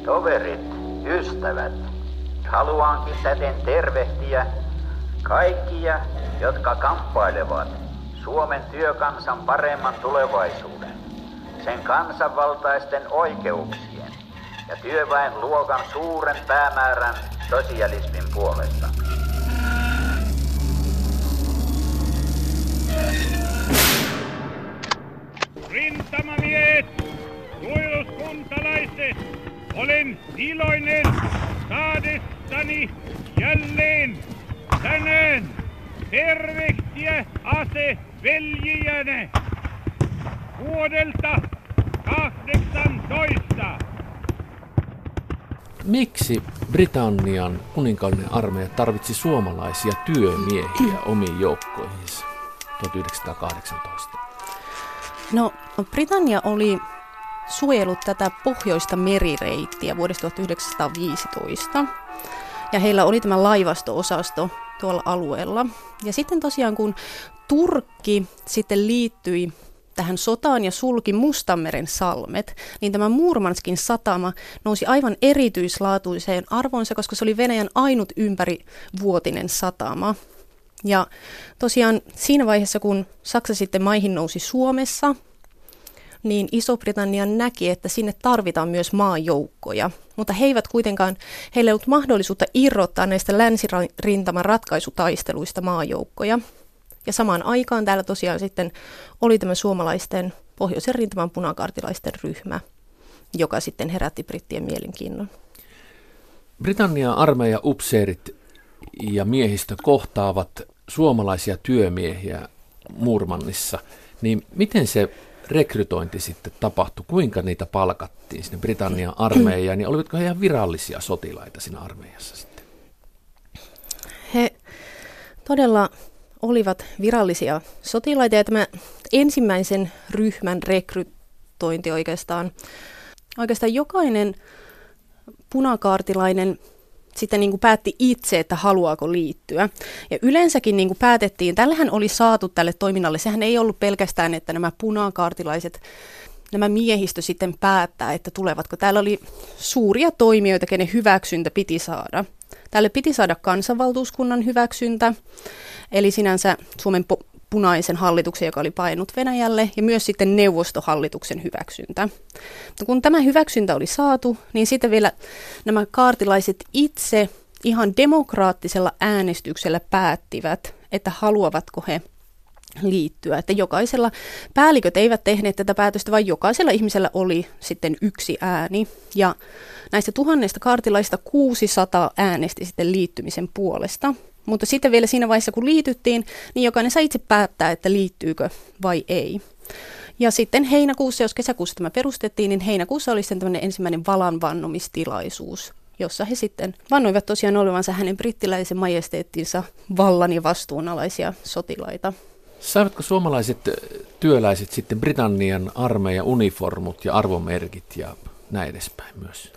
Toverit, ystävät, haluankin täten tervehtiä kaikkia, jotka kamppailevat Suomen työkansan paremman tulevaisuuden, sen kansanvaltaisten oikeuksien ja työväenluokan suuren päämäärän sosialismin puolesta. Rintamamiehet, suojeluskuntalaiset, olen iloinen saadessani jälleen tänään tervehtiä aseveljiänne vuodelta 18. Miksi Britannian kuninkaallinen armeija tarvitsi suomalaisia työmiehiä omiin joukkoihinsa 1918? No, Britannia oli suojellut tätä pohjoista merireittiä vuodesta 1915. Ja heillä oli tämä laivasto-osasto tuolla alueella. Ja sitten tosiaan kun Turkki sitten liittyi tähän sotaan ja sulki Mustanmeren salmet, niin tämä Murmanskin satama nousi aivan erityislaatuiseen arvoonsa, koska se oli Venäjän ainut ympärivuotinen satama. Ja tosiaan siinä vaiheessa, kun Saksa sitten maihin nousi Suomessa, niin Iso-Britannia näki, että sinne tarvitaan myös maajoukkoja. Mutta heillä ei ollut mahdollisuutta irrottaa näistä länsirintaman ratkaisutaisteluista maajoukkoja. Ja samaan aikaan täällä tosiaan sitten oli tämä suomalaisten pohjoisen rintaman punakaartilaisten ryhmä, joka sitten herätti brittien mielenkiinnon. Britannian armeijan upseerit ja miehistö kohtaavat suomalaisia työmiehiä Murmannissa, niin miten se rekrytointi sitten tapahtui? Kuinka niitä palkattiin sinne Britannian armeijaan, niin olivatko he ihan virallisia sotilaita siinä armeijassa sitten? He todella olivat virallisia sotilaita ja tämä ensimmäisen ryhmän rekrytointi oikeastaan jokainen punakaartilainen sitten niin kuin päätti itse, että haluaako liittyä. Ja yleensäkin niin kuin päätettiin, tällähän oli saatu tälle toiminnalle, sehän ei ollut pelkästään, että nämä punakaartilaiset, nämä miehistö sitten päättää, että tulevatko. Täällä oli suuria toimijoita, kenen hyväksyntä piti saada. Tälle piti saada kansanvaltuuskunnan hyväksyntä, eli sinänsä Suomen punaisen hallituksen, joka oli painut Venäjälle, ja myös sitten neuvostohallituksen hyväksyntä. Mutta kun tämä hyväksyntä oli saatu, niin sitten vielä nämä kaartilaiset itse ihan demokraattisella äänestyksellä päättivät, että haluavatko he liittyä. Että päälliköt eivät tehneet tätä päätöstä, vaan jokaisella ihmisellä oli sitten yksi ääni. Ja näistä 1000 kaartilaista 600 äänesti sitten liittymisen puolesta. Mutta sitten vielä siinä vaiheessa, kun liityttiin, niin jokainen sai itse päättää, että liittyykö vai ei. Ja sitten heinäkuussa, jos kesäkuussa tämä perustettiin, niin heinäkuussa oli sitten tämmöinen ensimmäinen valanvannomistilaisuus, jossa he sitten vannoivat tosiaan olevansa hänen brittiläisen majesteettinsa vallan ja vastuunalaisia sotilaita. Saivatko suomalaiset työläiset sitten Britannian armeijan uniformut ja arvomerkit ja näin edespäin myös?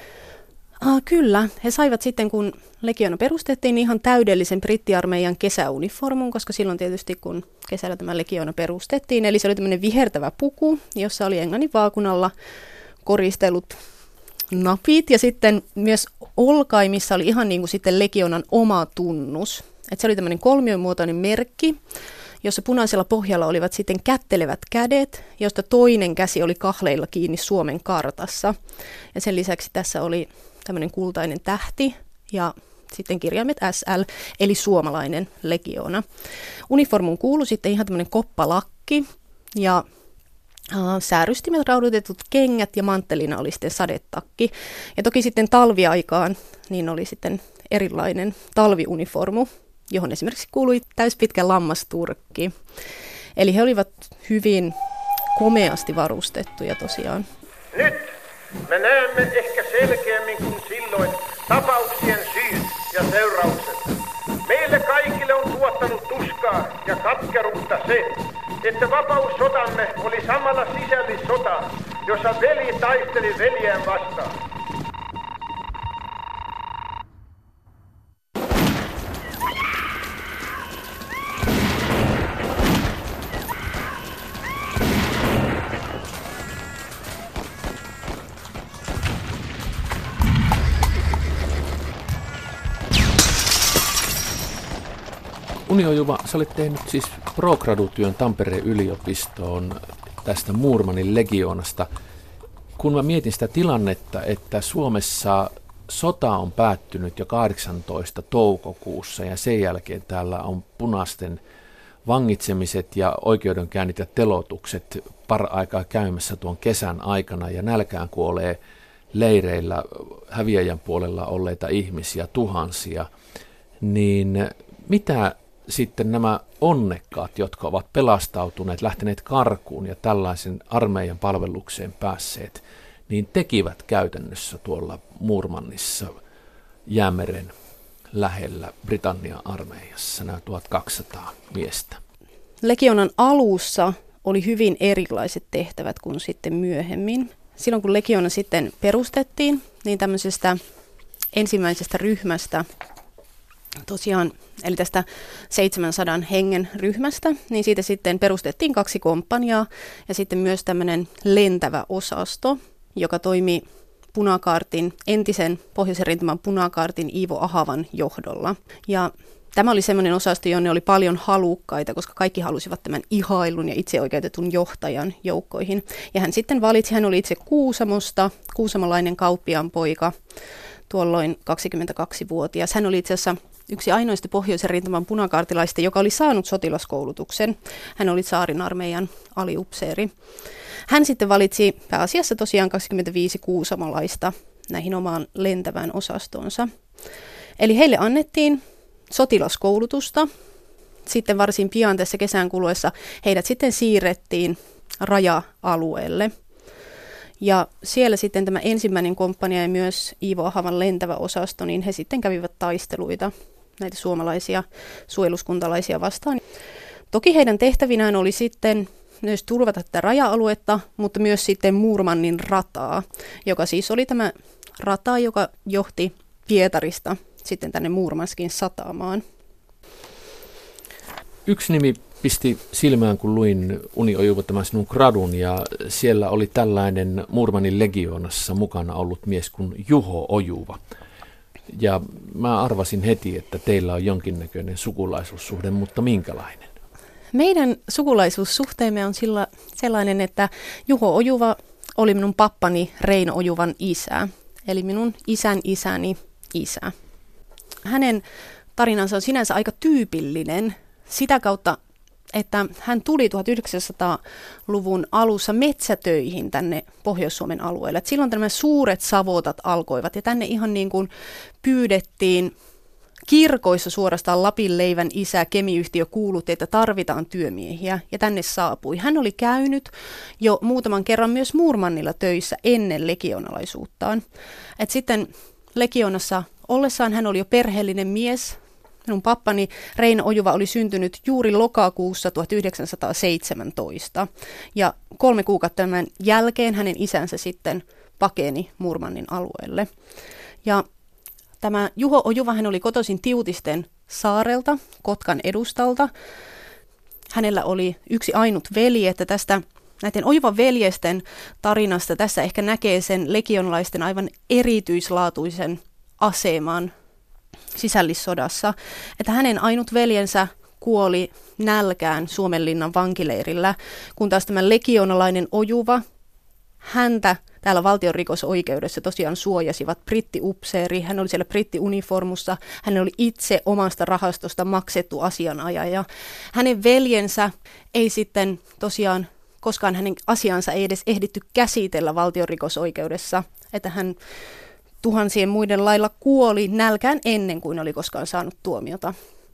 Kyllä. He saivat sitten, kun legiona perustettiin, niin ihan täydellisen brittiarmeijan kesäuniformun, koska silloin tietysti, kun kesällä tämä legiona perustettiin, eli se oli tämmöinen vihertävä puku, jossa oli englannin vaakunalla koristellut napit, ja sitten myös olkaimissa oli ihan niin kuin sitten legionan oma tunnus. Että se oli tämmöinen kolmiomuotoinen merkki, jossa punaisella pohjalla olivat sitten kättelevät kädet, josta toinen käsi oli kahleilla kiinni Suomen kartassa. Ja sen lisäksi tässä oli tämmöinen kultainen tähti ja sitten kirjaimet SL, eli suomalainen legiona. Uniformun kuului sitten ihan tämmöinen koppalakki ja säärystimet, raudoitetut kengät ja manttelina oli sitten sadetakki. Ja toki sitten talviaikaan niin oli sitten erilainen talviuniformu, johon esimerkiksi kuului täyspitkä lammasturkki. Eli he olivat hyvin komeasti varustettuja tosiaan. Nyt me näemme ehkä selkeämmin kuin silloin tapauksien syyt ja seuraukset. Meille kaikille on tuottanut tuskaa ja katkeruutta se, että vapaussotamme oli samalla sisällissota, jossa veli taisteli veljään vastaan. Uni-Ojuva, sä olit tehnyt siis pro-gradutyön Tampereen yliopistoon tästä Muurmannin legioonasta. Kun mä mietin sitä tilannetta, että Suomessa sota on päättynyt jo 18. toukokuussa ja sen jälkeen täällä on punaisten vangitsemiset ja oikeudenkäynnit ja telotukset par-aikaa käymässä tuon kesän aikana ja nälkään kuolee leireillä häviäjän puolella olleita ihmisiä tuhansia, niin mitä sitten nämä onnekkaat, jotka ovat pelastautuneet, lähteneet karkuun ja tällaisen armeijan palvelukseen päässeet, niin tekivät käytännössä tuolla Muurmannissa Jäämeren lähellä Britannian armeijassa nämä 1200 miestä? Legionan alussa oli hyvin erilaiset tehtävät kuin sitten myöhemmin. Silloin kun legiona sitten perustettiin, niin tämmöisestä ensimmäisestä ryhmästä, tosiaan, eli tästä 700 hengen ryhmästä, niin siitä sitten perustettiin 2 komppaniaa ja sitten myös tämmöinen lentävä osasto, joka toimi punakaartin, entisen pohjoisen rintaman punakaartin Iivo Ahavan johdolla. Ja tämä oli semmoinen osasto, jonne oli paljon halukkaita, koska kaikki halusivat tämän ihailun ja itseoikeutetun johtajan joukkoihin. Ja hän sitten valitsi, hän oli itse Kuusamosta, kuusamolainen kauppiaan poika, tuolloin 22-vuotias. Hän oli itse asiassa yksi ainoista pohjoisen rintaman punakaartilaista, joka oli saanut sotilaskoulutuksen. Hän oli tsaarin armeijan aliupseeri. Hän sitten valitsi pääasiassa tosiaan 25 kuusamolaista näihin omaan lentävään osastonsa. Eli heille annettiin sotilaskoulutusta. Sitten varsin pian tässä kesän kuluessa heidät sitten siirrettiin raja-alueelle. Ja siellä sitten tämä ensimmäinen komppania ja myös Iivo Ahavan lentävä osasto, niin he sitten kävivät taisteluita näitä suomalaisia suojeluskuntalaisia vastaan. Toki heidän tehtävinään oli sitten myös turvata tätä raja-aluetta, mutta myös sitten Muurmannin rataa, joka siis oli tämä rata, joka johti Pietarista sitten tänne Muurmanskin satamaan. Yksi nimi pisti silmään, kun luin Uni-Ojuva tämän sinun gradun, ja siellä oli tällainen Muurmannin legioonassa mukana ollut mies kuin Juho Ojuva. Ja mä arvasin heti, että teillä on jonkinnäköinen sukulaisuussuhde, mutta minkälainen? Meidän sukulaisuussuhteemme on sellainen, että Juho Ojuva oli minun pappani Reino Ojuvan isä, eli minun isäni isä. Hänen tarinansa on sinänsä aika tyypillinen sitä kautta, että hän tuli 1900-luvun alussa metsätöihin tänne Pohjois-Suomen alueelle. Et silloin nämä suuret savotat alkoivat ja tänne ihan niin kuin pyydettiin kirkoissa suorastaan Lapin leivän isä, Kemi-yhtiö kuulutti, että tarvitaan työmiehiä ja tänne saapui. Hän oli käynyt jo muutaman kerran myös Muurmannilla töissä ennen legionalaisuuttaan. Et sitten legionassa ollessaan hän oli jo perheellinen mies. Minun pappani Reino Ojuva oli syntynyt juuri lokakuussa 1917 ja 3 kuukautta tämän jälkeen hänen isänsä sitten pakeni Muurmannin alueelle. Ja tämä Juho Ojuva, hän oli kotoisin Tiutisten saarelta, Kotkan edustalta. Hänellä oli yksi ainut veli, että tästä näiden Ojuvan veljesten tarinasta tässä ehkä näkee sen legionalaisten aivan erityislaatuisen aseman sisällissodassa, että hänen ainut veljensä kuoli nälkään Suomenlinnan vankileirillä, kun taas tämä legionalainen Ojuva, häntä täällä valtionrikosoikeudessa tosiaan suojasivat brittiupseeri, hän oli siellä brittiuniformussa, hän oli itse omasta rahastosta maksettu asianajaja. Hänen veljensä ei sitten tosiaan, koskaan hänen asiansa ei edes ehditty käsitellä valtionrikosoikeudessa, että hän tuhansien muiden lailla kuoli nälkään ennen kuin oli koskaan saanut tuomiota.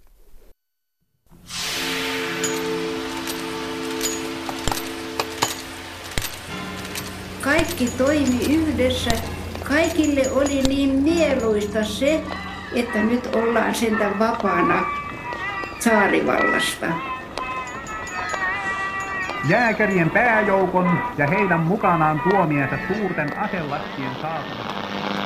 Kaikki toimi yhdessä. Kaikille oli niin mieluista se, että nyt ollaan sentään vapaana tsaarivallasta. Jääkärien pääjoukon ja heidän mukanaan tuomiensa suurten aselastien saapumista.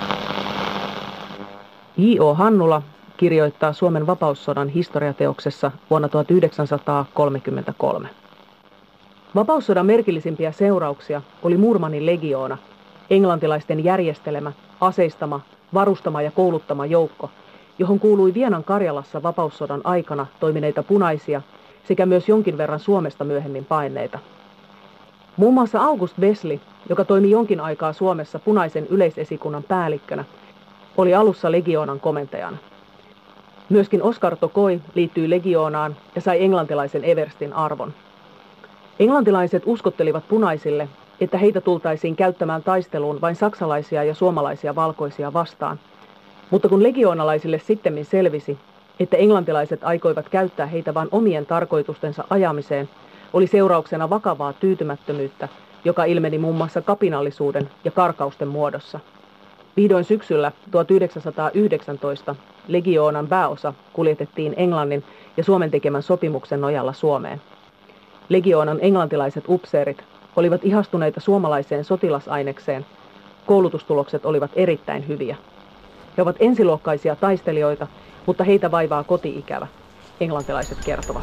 J.O. Hannula kirjoittaa Suomen vapaussodan historiateoksessa vuonna 1933. Vapaussodan merkillisimpiä seurauksia oli Muurmannin legioona, englantilaisten järjestelmä, aseistama, varustama ja kouluttama joukko, johon kuului Vienan Karjalassa vapaussodan aikana toimineita punaisia sekä myös jonkin verran Suomesta myöhemmin paenneita. Muun muassa August Wessely, joka toimi jonkin aikaa Suomessa punaisen yleisesikunnan päällikkönä, oli alussa legioonan komentajana. Myöskin Oscar Tokoi liittyi legioonaan ja sai englantilaisen everstin arvon. Englantilaiset uskottelivat punaisille, että heitä tultaisiin käyttämään taisteluun vain saksalaisia ja suomalaisia valkoisia vastaan. Mutta kun legioonalaisille sittemmin selvisi, että englantilaiset aikoivat käyttää heitä vain omien tarkoitustensa ajamiseen, oli seurauksena vakavaa tyytymättömyyttä, joka ilmeni muun muassa kapinallisuuden ja karkausten muodossa. Vihdoin syksyllä 1919 legioonan pääosa kuljetettiin Englannin ja Suomen tekemän sopimuksen nojalla Suomeen. Legioonan englantilaiset upseerit olivat ihastuneita suomalaiseen sotilasainekseen. Koulutustulokset olivat erittäin hyviä. He ovat ensiluokkaisia taistelijoita, mutta heitä vaivaa koti-ikävä, englantilaiset kertovat.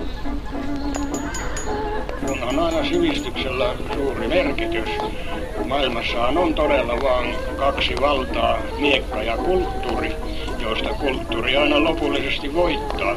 On aina sivistyksellä suuri merkitys. Maailmassahan on todella vain kaksi valtaa, miekka ja kulttuuri, joista kulttuuri aina lopullisesti voittaa.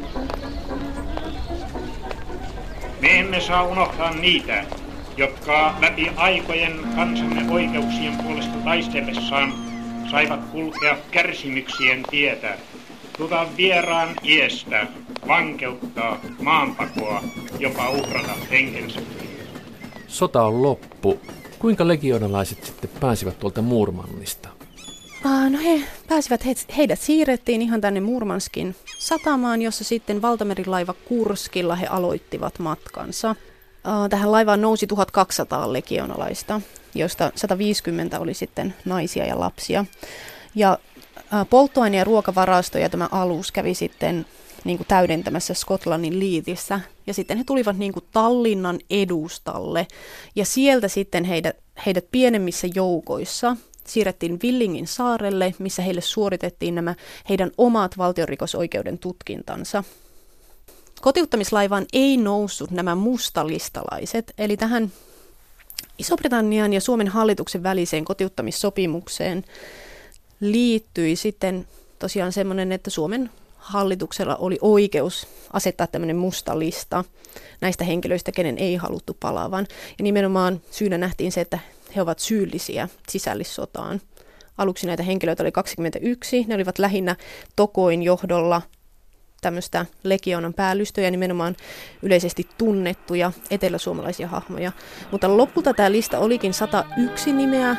Me emme saa unohtaa niitä, jotka läpi aikojen kansamme oikeuksien puolesta taistellessaan saivat kulkea kärsimyksien tietä, tuta vieraan iestä, vankeuttaa, maanpakoa, jopa uhrata henkensä. Sota on loppu. Kuinka legionalaiset sitten pääsivät tuolta Murmanista? No heidät siirrettiin ihan tänne Murmanskin satamaan, jossa sitten valtamerilaiva Kurskilla he aloittivat matkansa. Tähän laivaan nousi 1200 legionalaista, joista 150 oli sitten naisia ja lapsia. Ja polttoaine- ja ruokavarastoja tämä alus kävi sitten niin kuin täydentämässä Skotlannin Leithissä. Ja sitten he tulivat niin kuin Tallinnan edustalle ja sieltä sitten heidät pienemmissä joukoissa siirrettiin Villingin saarelle, missä heille suoritettiin nämä heidän omat valtionrikosoikeuden tutkintansa. Kotiuttamislaivaan ei noussut nämä mustalistalaiset, eli tähän Iso-Britannian ja Suomen hallituksen väliseen kotiuttamissopimukseen liittyi sitten tosiaan semmoinen, että Suomen hallituksella oli oikeus asettaa tämmöinen musta lista näistä henkilöistä, kenen ei haluttu palaavan. Ja nimenomaan syynä nähtiin se, että he ovat syyllisiä sisällissotaan. Aluksi näitä henkilöitä oli 21, ne olivat lähinnä Tokoin johdolla tämmöistä legioonan päällystöjä, nimenomaan yleisesti tunnettuja eteläsuomalaisia hahmoja. Mutta lopulta tämä lista olikin 101 nimeä.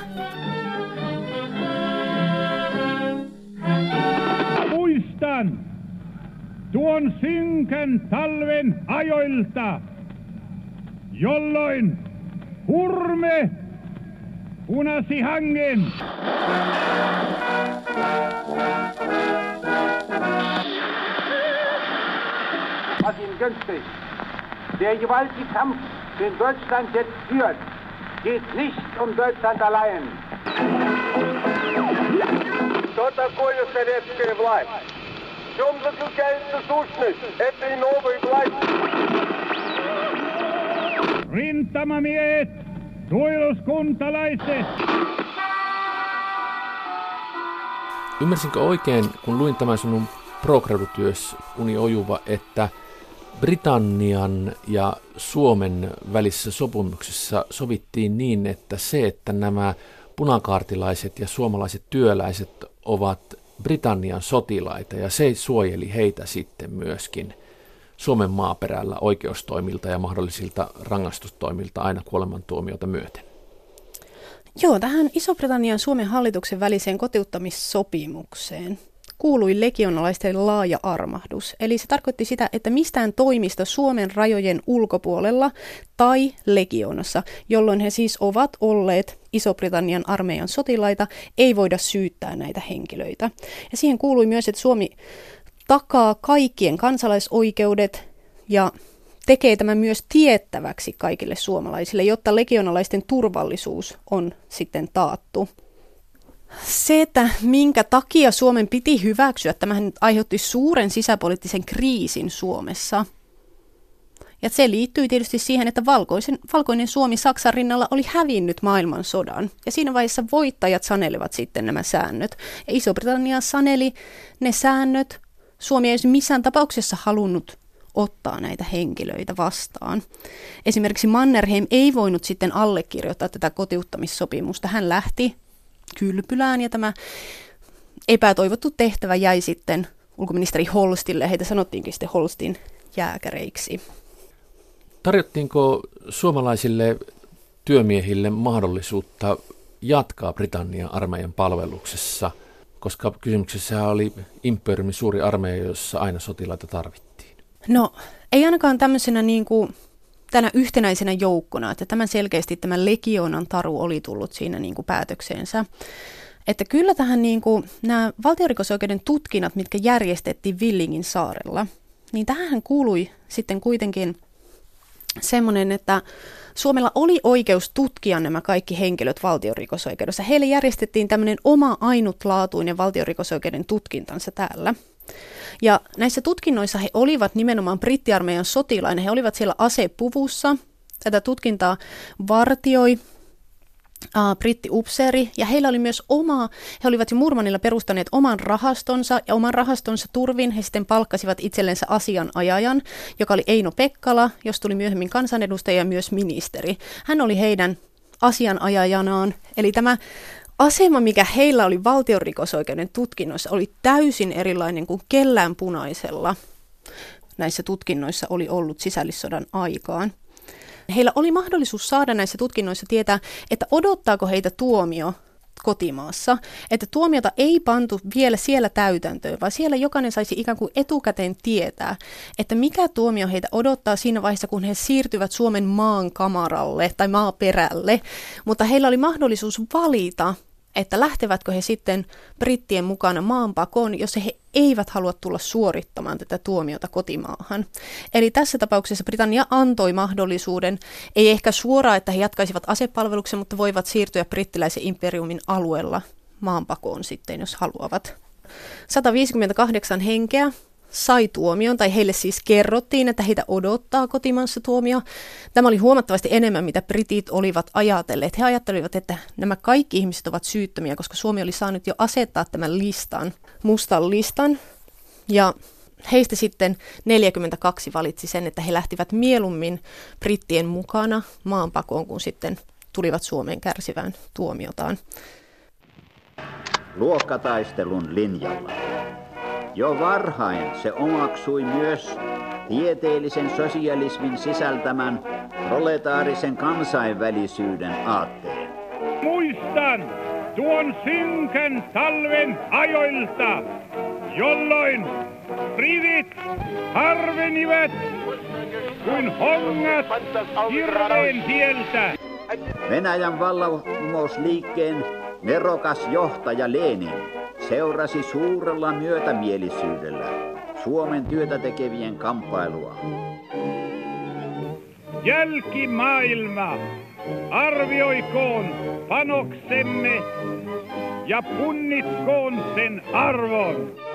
Muistan tuon synkän talven ajoilta, jolloin hurme punasi hangen. Was ihm gönnte. Der gewaltige Kampf, den Deutschland jetzt führt, geht nicht Deutschland allein. Что такое советская власть? В чем заключается сущность этой новой власти? Rintamamiehet, suojeluskuntalaiset. Ymmärsinkö oikein, kun luin tämän sinun pro-gradutyös Uni Ojuva, että Britannian ja Suomen välisessä sopimuksessa sovittiin niin, että se, että nämä punakaartilaiset ja suomalaiset työläiset ovat Britannian sotilaita ja se suojeli heitä sitten myöskin Suomen maaperällä oikeustoimilta ja mahdollisilta rangaistustoimilta aina kuolemantuomiota myöten. Joo, tähän Iso-Britannian Suomen hallituksen väliseen kotiuttamissopimukseen kuului legionalaisten laaja armahdus. Eli se tarkoitti sitä, että mistään toimista Suomen rajojen ulkopuolella tai legioonassa, jolloin he siis ovat olleet Iso-Britannian armeijan sotilaita, ei voida syyttää näitä henkilöitä. Ja siihen kuului myös, että Suomi takaa kaikkien kansalaisoikeudet ja tekee tämän myös tiettäväksi kaikille suomalaisille, jotta legionalaisten turvallisuus on sitten taattu. Se, että minkä takia Suomen piti hyväksyä, tämähän aiheutti suuren sisäpoliittisen kriisin Suomessa. Ja se liittyy tietysti siihen, että valkoinen Suomi Saksan rinnalla oli hävinnyt maailmansodan. Ja siinä vaiheessa voittajat sanelevat sitten nämä säännöt. Ja Iso-Britannia saneli ne säännöt. Suomi ei olisi missään tapauksessa halunnut ottaa näitä henkilöitä vastaan. Esimerkiksi Mannerheim ei voinut sitten allekirjoittaa tätä kotiuttamissopimusta. Hän lähti kylpylään ja tämä epätoivottu tehtävä jäi sitten ulkoministeri Holstille ja heitä sanottiinkin sitten Holstin jääkäreiksi. Tarjottiinko suomalaisille työmiehille mahdollisuutta jatkaa Britannian armeijan palveluksessa, koska kysymyksessä oli imperiumin suuri armeija, jossa aina sotilaita tarvittiin? No, ei ainakaan tämmöisenä tänä yhtenäisenä joukkona, että tämän selkeästi tämän legioonan taru oli tullut siinä päätökseensä. Että kyllä tähän nämä valtiorikosoikeuden tutkinnat, mitkä järjestettiin Villingin saarella, niin tähän kuului sitten kuitenkin semmoinen, että Suomella oli oikeus tutkia nämä kaikki henkilöt valtiorikosoikeudessa. Heille järjestettiin tämmöinen oma ainutlaatuinen valtiorikosoikeuden tutkintansa täällä. Ja näissä tutkinnoissa he olivat nimenomaan brittiarmeijan sotilaina. He olivat siellä asepuvussa. Tätä tutkintaa vartioi brittiupseeri, ja heillä oli myös he olivat jo Murmanilla perustaneet oman rahastonsa, ja oman rahastonsa turvin he sitten palkkasivat itsellensä asianajajan, joka oli Eino Pekkala, jos tuli myöhemmin kansanedustaja ja myös ministeri. Hän oli heidän asianajajanaan, eli tämä asema, mikä heillä oli valtionrikosoikeuden tutkinnoissa, oli täysin erilainen kuin kellään punaisella näissä tutkinnoissa oli ollut sisällissodan aikaan. Heillä oli mahdollisuus saada näissä tutkinnoissa tietää, että odottaako heitä tuomio kotimaassa, että tuomiota ei pantu vielä siellä täytäntöön, vaan siellä jokainen saisi ikään kuin etukäteen tietää, että mikä tuomio heitä odottaa siinä vaiheessa, kun he siirtyvät Suomen maan kamaralle tai maaperälle, mutta heillä oli mahdollisuus valita, että lähtevätkö he sitten brittien mukana maanpakoon, jos he eivät halua tulla suorittamaan tätä tuomiota kotimaahan. Eli tässä tapauksessa Britannia antoi mahdollisuuden, ei ehkä suoraan, että he jatkaisivat asepalveluksen, mutta voivat siirtyä brittiläisen imperiumin alueella maanpakoon sitten, jos haluavat. 158 henkeä sai tuomion, tai heille siis kerrottiin, että heitä odottaa kotimaassa tuomio. Tämä oli huomattavasti enemmän, mitä britit olivat ajatelleet. He ajattelivat, että nämä kaikki ihmiset ovat syyttömiä, koska Suomi oli saanut jo asettaa tämän listan, mustan listan. Ja heistä sitten 42 valitsi sen, että he lähtivät mieluummin brittien mukana maanpakoon, kun sitten tulivat Suomeen kärsivään tuomiotaan. Luokkataistelun linjalla. Jo varhain se omaksui myös tieteellisen sosialismin sisältämän proletaarisen kansainvälisyyden aatteen. Muistan tuon synkän talven ajoilta, jolloin rivit harvenivat kuin hongat hirveen tieltä. Venäjän vallankumousliikkeen nerokas johtaja Lenin seurasi suurella myötämielisyydellä Suomen työtä tekevien kamppailua. Jälkimaailma arvioikoon panoksemme ja punnitkoon sen arvon.